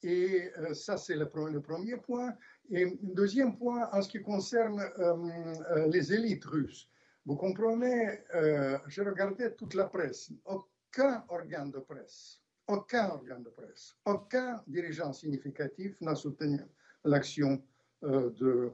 [SPEAKER 7] Et euh, ça, c'est le, le premier point. Et deuxième point, en ce qui concerne euh, euh, les élites russes. Vous comprenez, euh, j'ai regardé toute la presse. Aucun organe de presse, aucun organe de presse, aucun dirigeant significatif n'a soutenu l'action euh, de,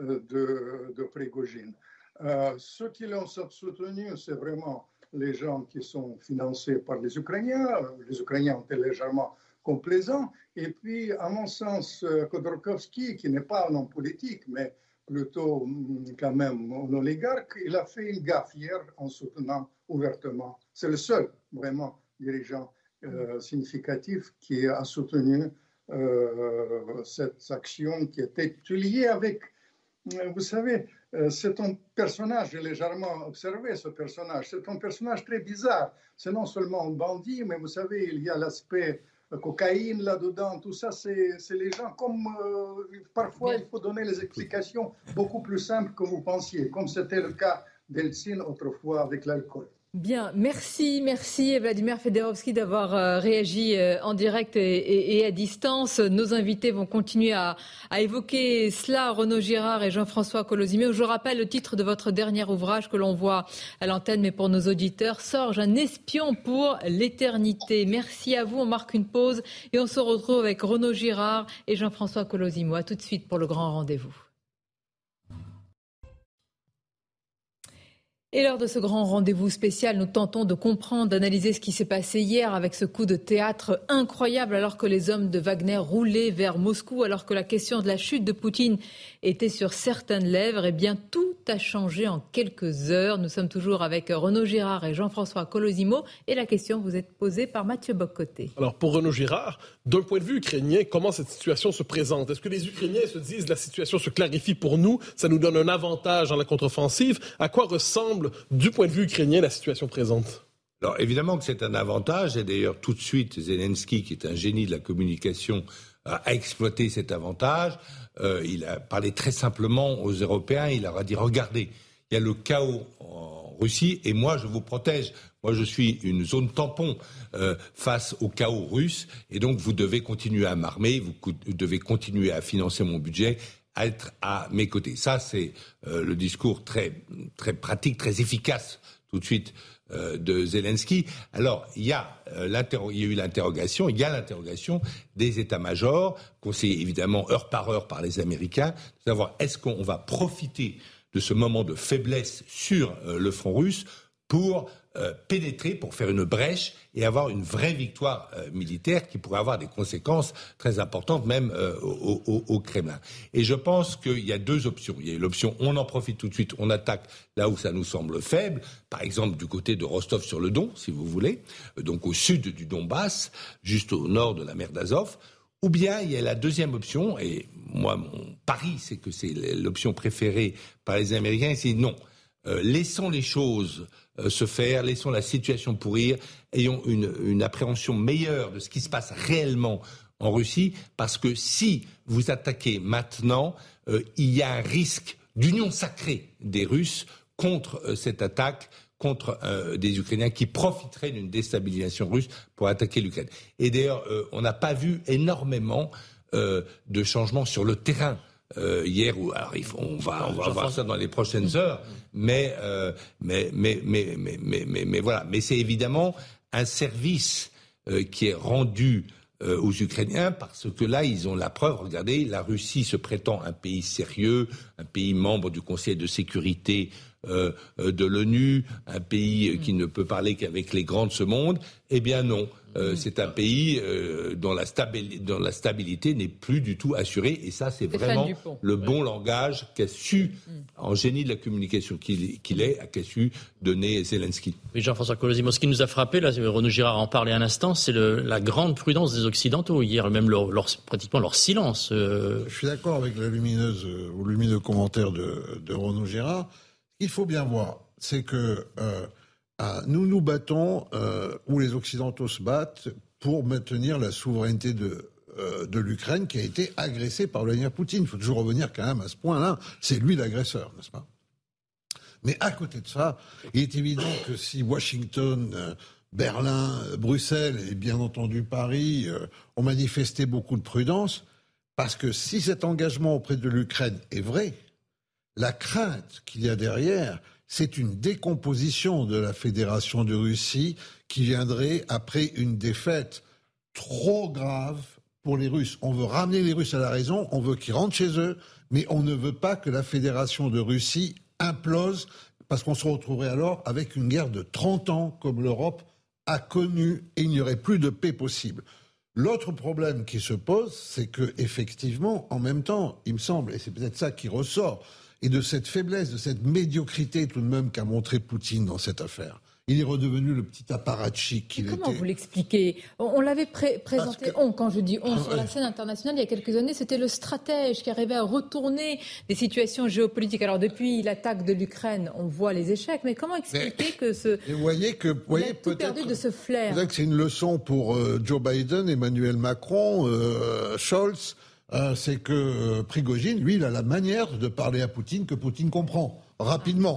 [SPEAKER 7] de, de Prigojine. Euh, ceux qui l'ont soutenu, c'est vraiment les gens qui sont financés par les Ukrainiens. Les Ukrainiens ont été légèrement complaisants. Et puis, à mon sens, Khodorkovsky, qui n'est pas un homme politique, mais plutôt quand même un oligarque, il a fait une gaffe hier en soutenant ouvertement. C'est le seul, vraiment, dirigeant euh, significatif qui a soutenu euh, cette action qui était liée avec, euh, vous savez, euh, c'est un personnage, j'ai légèrement observé ce personnage, c'est un personnage très bizarre. C'est non seulement un bandit, mais vous savez, il y a l'aspect cocaïne là-dedans, tout ça, c'est, c'est les gens, comme euh, parfois il faut donner les explications beaucoup plus simples que vous pensiez, comme c'était le cas d'Eltsine autrefois avec l'alcool.
[SPEAKER 2] Bien, merci, merci Vladimir Fedorovski d'avoir euh, réagi euh, en direct et, et, et à distance. Nos invités vont continuer à, à évoquer cela, Renaud Girard et Jean-François Colosimo. Je rappelle le titre de votre dernier ouvrage que l'on voit à l'antenne, mais pour nos auditeurs, Sorge, un espion pour l'éternité. Merci à vous, on marque une pause et on se retrouve avec Renaud Girard et Jean-François Colosimo. À tout de suite pour le grand rendez-vous. Et lors de ce grand rendez-vous spécial, nous tentons de comprendre, d'analyser ce qui s'est passé hier avec ce coup de théâtre incroyable alors que les hommes de Wagner roulaient vers Moscou, alors que la question de la chute de Poutine était sur certaines lèvres. Eh bien, tout a changé en quelques heures. Nous sommes toujours avec Renaud Girard et Jean-François Colosimo. Et la question vous est posée par Mathieu Bock-Côté.
[SPEAKER 5] Alors, pour Renaud Girard, d'un point de vue ukrainien, comment cette situation se présente? Est-ce que les Ukrainiens se disent la situation se clarifie pour nous, ça nous donne un avantage dans la contre-offensive? À quoi ressemble, du point de vue ukrainien, la situation présente?
[SPEAKER 6] Alors, évidemment que c'est un avantage, et d'ailleurs, tout de suite, Zelensky, qui est un génie de la communication, a exploité cet avantage. Euh, il a parlé très simplement aux Européens, il leur a dit, regardez, il y a le chaos en Russie, et moi, je vous protège. Moi, je suis une zone tampon euh, face au chaos russe, et donc vous devez continuer à m'armer, vous co- devez continuer à financer mon budget, à être à mes côtés. Ça, c'est euh, le discours très, très pratique, très efficace, tout de suite, euh, de Zelensky. Alors, il y a, euh, il y a eu l'interrogation, il y a l'interrogation des états-majors, conseillés évidemment heure par heure par les Américains, de savoir est-ce qu'on va profiter de ce moment de faiblesse sur euh, le front russe pour euh, pénétrer, pour faire une brèche et avoir une vraie victoire euh, militaire qui pourrait avoir des conséquences très importantes même euh, au, au, au Kremlin. Et je pense qu'il y a deux options. Il y a l'option on en profite tout de suite, on attaque là où ça nous semble faible, par exemple du côté de Rostov-sur-le-Don, si vous voulez, donc au sud du Donbass, juste au nord de la mer d'Azov. Ou bien il y a la deuxième option, et moi mon pari c'est que c'est l'option préférée par les Américains, c'est non, euh, laissons les choses euh, se faire, laissons la situation pourrir, ayons une, une appréhension meilleure de ce qui se passe réellement en Russie, parce que si vous attaquez maintenant, euh, il y a un risque d'union sacrée des Russes contre euh, cette attaque, contre euh, des Ukrainiens qui profiteraient d'une déstabilisation russe pour attaquer l'Ukraine. Et d'ailleurs, euh, on n'a pas vu énormément euh, de changements sur le terrain euh, hier. Où, alors, il faut, on va, on va voir ça dans les prochaines heures, mais, euh, mais, mais, mais, mais, mais, mais, mais voilà. Mais c'est évidemment un service euh, qui est rendu euh, aux Ukrainiens parce que là, ils ont la preuve. Regardez, la Russie se prétend un pays sérieux, un pays membre du Conseil de sécurité Euh, de l'ONU, un pays qui ne peut parler qu'avec les grands de ce monde, eh bien non. Euh, c'est un pays euh, dont, la stabili- dont la stabilité n'est plus du tout assurée. Et ça, c'est vraiment le bon ouais. langage qu'a su, en génie de la communication qu'il, qu'il est, qu'a su donner Zelensky.
[SPEAKER 3] Oui, Jean-François Colosimo, ce qui nous a frappé, là, Renaud Girard en parlait un instant, c'est le, la grande prudence des Occidentaux. Hier, même leur, leur, pratiquement leur silence. Euh...
[SPEAKER 4] Je suis d'accord avec le lumineuse, euh, ou lumineux commentaire de, de Renaud Girard. Ce qu'il faut bien voir, c'est que euh, euh, nous nous battons, euh, ou les Occidentaux se battent, pour maintenir la souveraineté de, euh, de l'Ukraine qui a été agressée par Vladimir Poutine. Il faut toujours revenir quand même à ce point-là. C'est lui l'agresseur, n'est-ce pas ? Mais à côté de ça, il est évident que si Washington, euh, Berlin, euh, Bruxelles et bien entendu Paris euh, ont manifesté beaucoup de prudence, parce que si cet engagement auprès de l'Ukraine est vrai, la crainte qu'il y a derrière, c'est une décomposition de la Fédération de Russie qui viendrait après une défaite trop grave pour les Russes. On veut ramener les Russes à la raison, on veut qu'ils rentrent chez eux, mais on ne veut pas que la Fédération de Russie implose, parce qu'on se retrouverait alors avec une guerre de trente ans comme l'Europe a connu, et il n'y aurait plus de paix possible. L'autre problème qui se pose, c'est que effectivement, en même temps, il me semble, et c'est peut-être ça qui ressort, et de cette faiblesse, de cette médiocrité tout de même qu'a montré Poutine dans cette affaire. Il est redevenu le petit apparatchik qu'il était.
[SPEAKER 2] Comment vous l'expliquez ? On, on l'avait pré- présenté, que... on, quand je dis on, ah, sur ouais. la scène internationale, il y a quelques années, c'était le stratège qui arrivait à retourner des situations géopolitiques. Alors depuis l'attaque de l'Ukraine, on voit les échecs, mais comment expliquer mais, que ce...
[SPEAKER 4] Et vous voyez que... Vous voyez,
[SPEAKER 2] il a tout perdu de ce flair.
[SPEAKER 4] Peut-être que c'est une leçon pour euh, Joe Biden, Emmanuel Macron, euh, Scholz... Euh, c'est que euh, Prigojine, lui, il a la manière de parler à Poutine que Poutine comprend rapidement.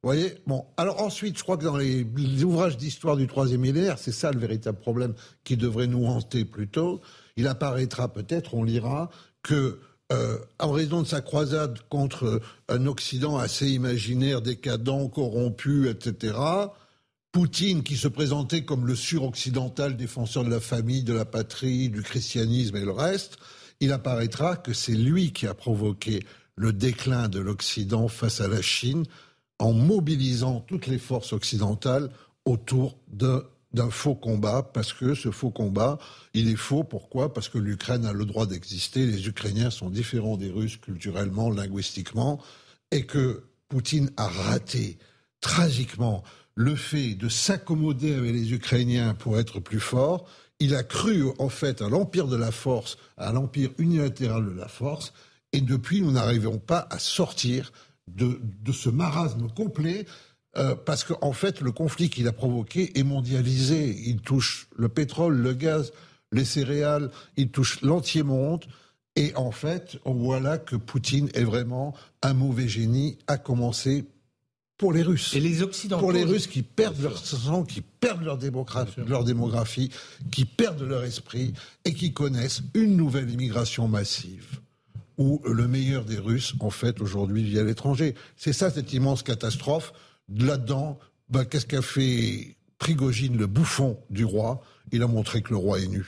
[SPEAKER 4] Vous voyez ? Bon, alors ensuite, je crois que dans les, les ouvrages d'histoire du troisième millénaire, c'est ça le véritable problème qui devrait nous hanter plutôt. Il apparaîtra peut-être, on lira, que euh, en raison de sa croisade contre un Occident assez imaginaire, décadent, corrompu, et cetera, Poutine, qui se présentait comme le suroccidental défenseur de la famille, de la patrie, du christianisme et le reste, il apparaîtra que c'est lui qui a provoqué le déclin de l'Occident face à la Chine en mobilisant toutes les forces occidentales autour de, d'un faux combat, parce que ce faux combat, il est faux. Pourquoi ? Parce que l'Ukraine a le droit d'exister, les Ukrainiens sont différents des Russes culturellement, linguistiquement, et que Poutine a raté tragiquement le fait de s'accommoder avec les Ukrainiens pour être plus fort. Il a cru en fait à l'empire de la force, à l'empire unilatéral de la force, et depuis nous n'arrivons pas à sortir de, de ce marasme complet, euh, parce qu'en en fait le conflit qu'il a provoqué est mondialisé. Il touche le pétrole, le gaz, les céréales, il touche l'entier monde, et en fait on voit là que Poutine est vraiment un mauvais génie, à commencer pour les Russes.
[SPEAKER 6] Et les Occidentaux.
[SPEAKER 4] Pour les Russes qui perdent leur sang, qui perdent leur démographie, leur démographie, qui perdent leur esprit et qui connaissent une nouvelle immigration massive, où le meilleur des Russes, en fait, aujourd'hui, vit à l'étranger. C'est ça, cette immense catastrophe. Là-dedans, ben, qu'est-ce qu'a fait Prigojine, le bouffon du roi ? Il a montré que le roi est nu.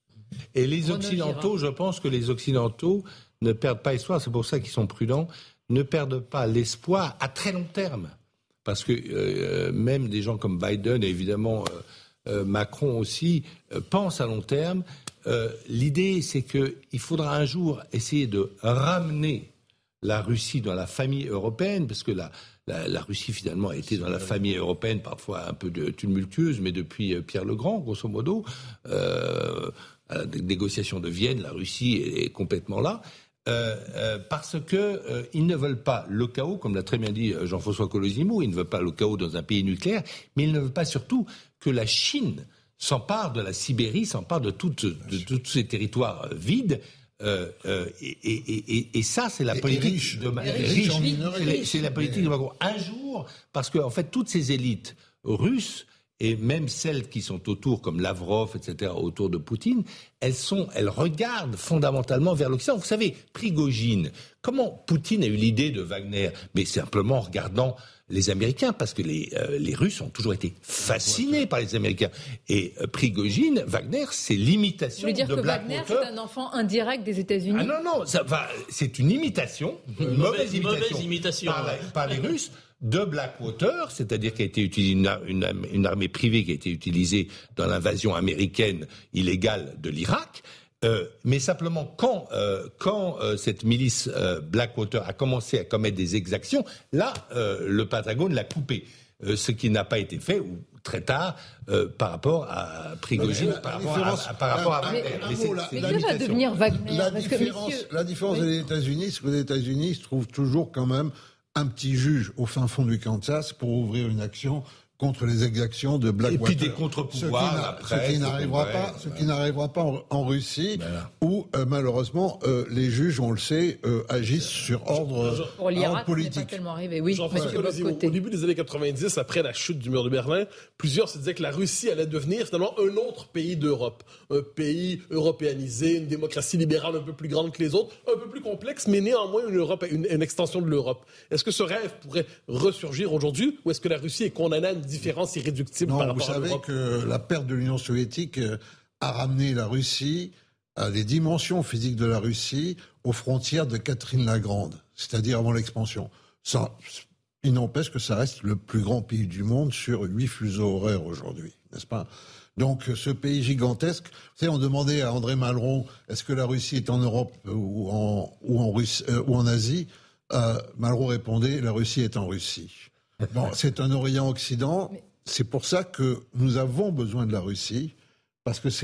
[SPEAKER 6] Et les Occidentaux, je pense que les Occidentaux ne perdent pas espoir, c'est pour ça qu'ils sont prudents, ne perdent pas l'espoir à très long terme. Parce que euh, même des gens comme Biden et évidemment euh, euh, Macron aussi euh, pensent à long terme. Euh, l'idée, c'est qu'il faudra un jour essayer de ramener la Russie dans la famille européenne, parce que la, la, la Russie finalement a été dans la famille européenne, parfois un peu de, tumultueuse, mais depuis Pierre le Grand, grosso modo, euh, à la négociation de Vienne, la Russie est, est complètement là. Euh, euh, parce que euh, ils ne veulent pas le chaos, comme l'a très bien dit Jean-François Colosimo, ils ne veulent pas le chaos dans un pays nucléaire, mais ils ne veulent pas surtout que la Chine s'empare de la Sibérie, s'empare de, toute, de, de tous ces territoires vides. Euh, euh, et, et, et, et ça, c'est la politique riche, de Ma- riche, riche, c'est la politique de Macron. Un jour, parce que en fait, toutes ces élites russes et même celles qui sont autour, comme Lavrov, et cetera, autour de Poutine, elles sont, elles regardent fondamentalement vers l'Occident. Vous savez, Prigojine, comment Poutine a eu l'idée de Wagner ? Mais simplement en regardant les Américains, parce que les, euh, les Russes ont toujours été fascinés par les Américains. Et euh, Prigojine, Wagner, c'est l'imitation de Blackwater.
[SPEAKER 2] Vous voulez dire que Wagner, c'est un enfant indirect des États-Unis ?
[SPEAKER 6] Ah non, non, ça va, c'est une imitation, une, une mauvaise, mauvaise imitation,
[SPEAKER 3] mauvaise imitation
[SPEAKER 6] par, par les Russes, de Blackwater, c'est-à-dire qui a été utilisé une, une, une armée privée qui a été utilisée dans l'invasion américaine illégale de l'Irak. Euh, mais simplement, quand, euh, quand euh, cette milice euh, Blackwater a commencé à commettre des exactions, là, euh, le Pentagone l'a coupé. Euh, ce qui n'a pas été fait, ou très tard, euh, par rapport à Prigojine, par, à, à, par rapport à Wagner.
[SPEAKER 2] Mais, mais, mais, mais que va devenir Wagner ?
[SPEAKER 4] La
[SPEAKER 2] Parce
[SPEAKER 4] différence,
[SPEAKER 2] que monsieur...
[SPEAKER 4] la différence oui. des États-Unis, c'est que les États-Unis se trouvent toujours quand même un petit juge au fin fond du Kansas pour ouvrir une action contre les exactions de Blackwater.
[SPEAKER 6] Et puis des contre-pouvoirs après.
[SPEAKER 4] Ce qui n'arrivera pas, ce qui n'arrivera pas en, en Russie, ben où euh, malheureusement euh, les juges, on le sait, euh, agissent sur ordre,
[SPEAKER 2] Pour l'Irak,
[SPEAKER 4] ordre politique.
[SPEAKER 2] C'est pas tellement arrivé. Oui,
[SPEAKER 5] au début des années quatre-vingt-dix, après la chute du mur de Berlin, plusieurs se disaient que la Russie allait devenir finalement un autre pays d'Europe, un pays européanisé, une démocratie libérale un peu plus grande que les autres, un peu plus complexe, mais néanmoins une Europe, une, une extension de l'Europe. Est-ce que ce rêve pourrait ressurgir aujourd'hui, ou est-ce que la Russie est condamnée à une différence irréductible
[SPEAKER 4] non,
[SPEAKER 5] par rapport
[SPEAKER 4] à l'Europe ? Vous savez que la perte de l'Union soviétique a ramené la Russie à des dimensions physiques de la Russie aux frontières de Catherine la Grande, c'est-à-dire avant l'expansion. Ça, il n'empêche que ça reste le plus grand pays du monde sur huit fuseaux horaires aujourd'hui, n'est-ce pas ? Donc ce pays gigantesque, vous savez, on demandait à André Malraux, est-ce que la Russie est en Europe ou en, ou en, Russie, euh, ou en Asie ? euh, Malraux répondait, la Russie est en Russie. Bon, c'est un Orient-Occident, c'est pour ça que nous avons besoin de la Russie, parce que c'est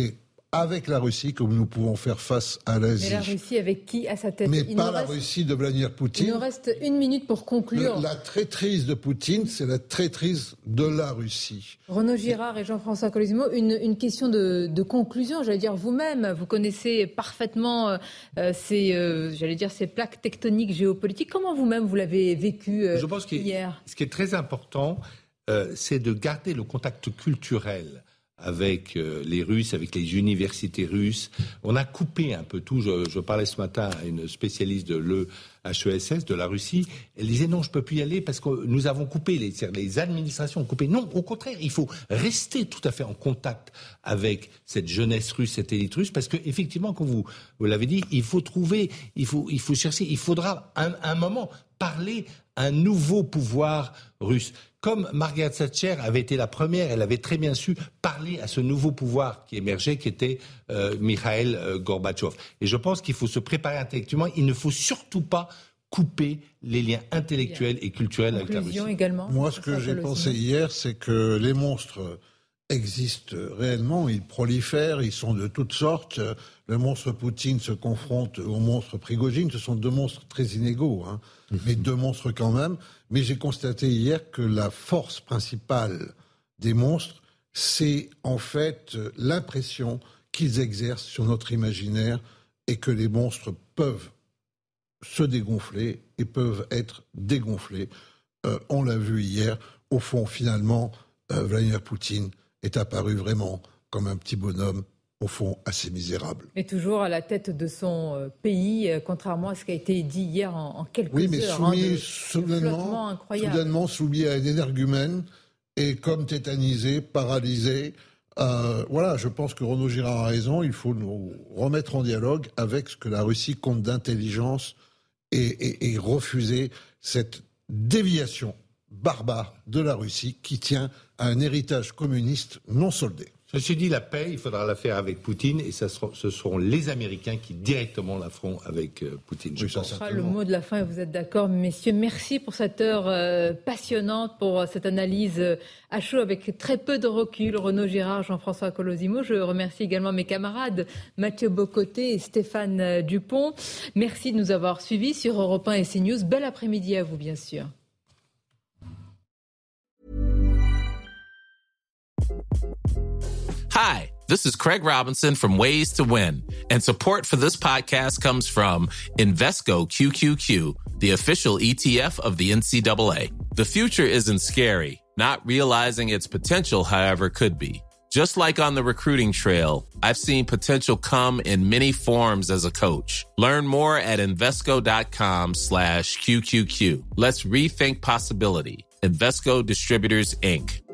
[SPEAKER 4] avec la Russie que nous pouvons faire face à l'Asie.
[SPEAKER 2] Mais la Russie avec qui à sa tête?
[SPEAKER 4] Mais
[SPEAKER 2] il
[SPEAKER 4] pas la
[SPEAKER 2] reste...
[SPEAKER 4] Russie de Vladimir Poutine.
[SPEAKER 2] Il nous reste une minute pour conclure.
[SPEAKER 4] Le, la traîtrise de Poutine, c'est la traîtrise de la Russie.
[SPEAKER 2] Renaud Girard et Jean-François Colosimo, une, une question de, de conclusion. J'allais dire vous-même, vous connaissez parfaitement euh, ces, euh, j'allais dire ces plaques tectoniques géopolitiques. Comment vous-même vous l'avez vécu euh,
[SPEAKER 6] Je pense que
[SPEAKER 2] hier?
[SPEAKER 6] Ce qui est très important, euh, c'est de garder le contact culturel avec euh, les Russes, avec les universités russes. On a coupé un peu tout. Je, je parlais ce matin à une spécialiste de l'E H E S S, de la Russie. Elle disait non, je ne peux plus y aller parce que nous avons coupé, les, les administrations ont coupé. Non, au contraire, il faut rester tout à fait en contact avec cette jeunesse russe, cette élite russe, parce qu'effectivement, comme vous, vous l'avez dit, il faut trouver, il faut, il faut chercher, il faudra un, un moment parler un nouveau pouvoir russe. Comme Margaret Thatcher avait été la première, elle avait très bien su parler à ce nouveau pouvoir qui émergeait, qui était euh, Mikhail euh, Gorbatchev. Et je pense qu'il faut se préparer intellectuellement. Il ne faut surtout pas couper les liens intellectuels et culturels avec la Russie.
[SPEAKER 2] Également,
[SPEAKER 4] Moi, ce que j'ai pensé hier, c'est que les monstres existent réellement, ils prolifèrent, ils sont de toutes sortes. Le monstre Poutine se confronte au monstre Prigojine. Ce sont deux monstres très inégaux, hein, mmh. mais deux monstres quand même. Mais j'ai constaté hier que la force principale des monstres, c'est en fait l'impression qu'ils exercent sur notre imaginaire et que les monstres peuvent se dégonfler et peuvent être dégonflés. Euh, on l'a vu hier. Au fond, finalement, euh, Vladimir Poutine est apparu vraiment comme un petit bonhomme, au fond, assez misérable.
[SPEAKER 2] Mais toujours à la tête de son euh, pays, euh, contrairement à ce qui a été dit hier en, en quelques
[SPEAKER 4] oui, mais
[SPEAKER 2] heures.
[SPEAKER 4] Soumis,
[SPEAKER 2] hein, de,
[SPEAKER 4] soudainement,
[SPEAKER 2] de
[SPEAKER 4] soudainement soumis à un énergumène et comme tétanisé, paralysé. Euh, voilà, je pense que Renaud Girard a raison. Il faut nous remettre en dialogue avec ce que la Russie compte d'intelligence et, et, et refuser cette déviation barbare de la Russie qui tient à un héritage communiste non soldé.
[SPEAKER 6] Ceci dit, la paix, il faudra la faire avec Poutine et ça sera, ce seront les Américains qui directement la feront avec euh, Poutine.
[SPEAKER 2] Je oui, pense. Ce sera le mot de la fin et vous êtes d'accord, messieurs. Merci pour cette heure euh, passionnante, pour cette analyse euh, à chaud avec très peu de recul. Renaud Girard, Jean-François Colosimo. Je remercie également mes camarades Mathieu Bocoté et Stéphane euh, Dupont. Merci de nous avoir suivis sur Europe un et CNews. Bel après-midi à vous, bien sûr.
[SPEAKER 8] Hi, this is Craig Robinson from Ways to Win, and support for this podcast comes from Invesco Q Q Q, the official E T F of the N C double A. The future isn't scary. Not realizing its potential, however, could be. Just like on the recruiting trail, I've seen potential come in many forms as a coach. Learn more at Invesco.com slash QQQ. Let's rethink possibility. Invesco Distributors, Incorporated.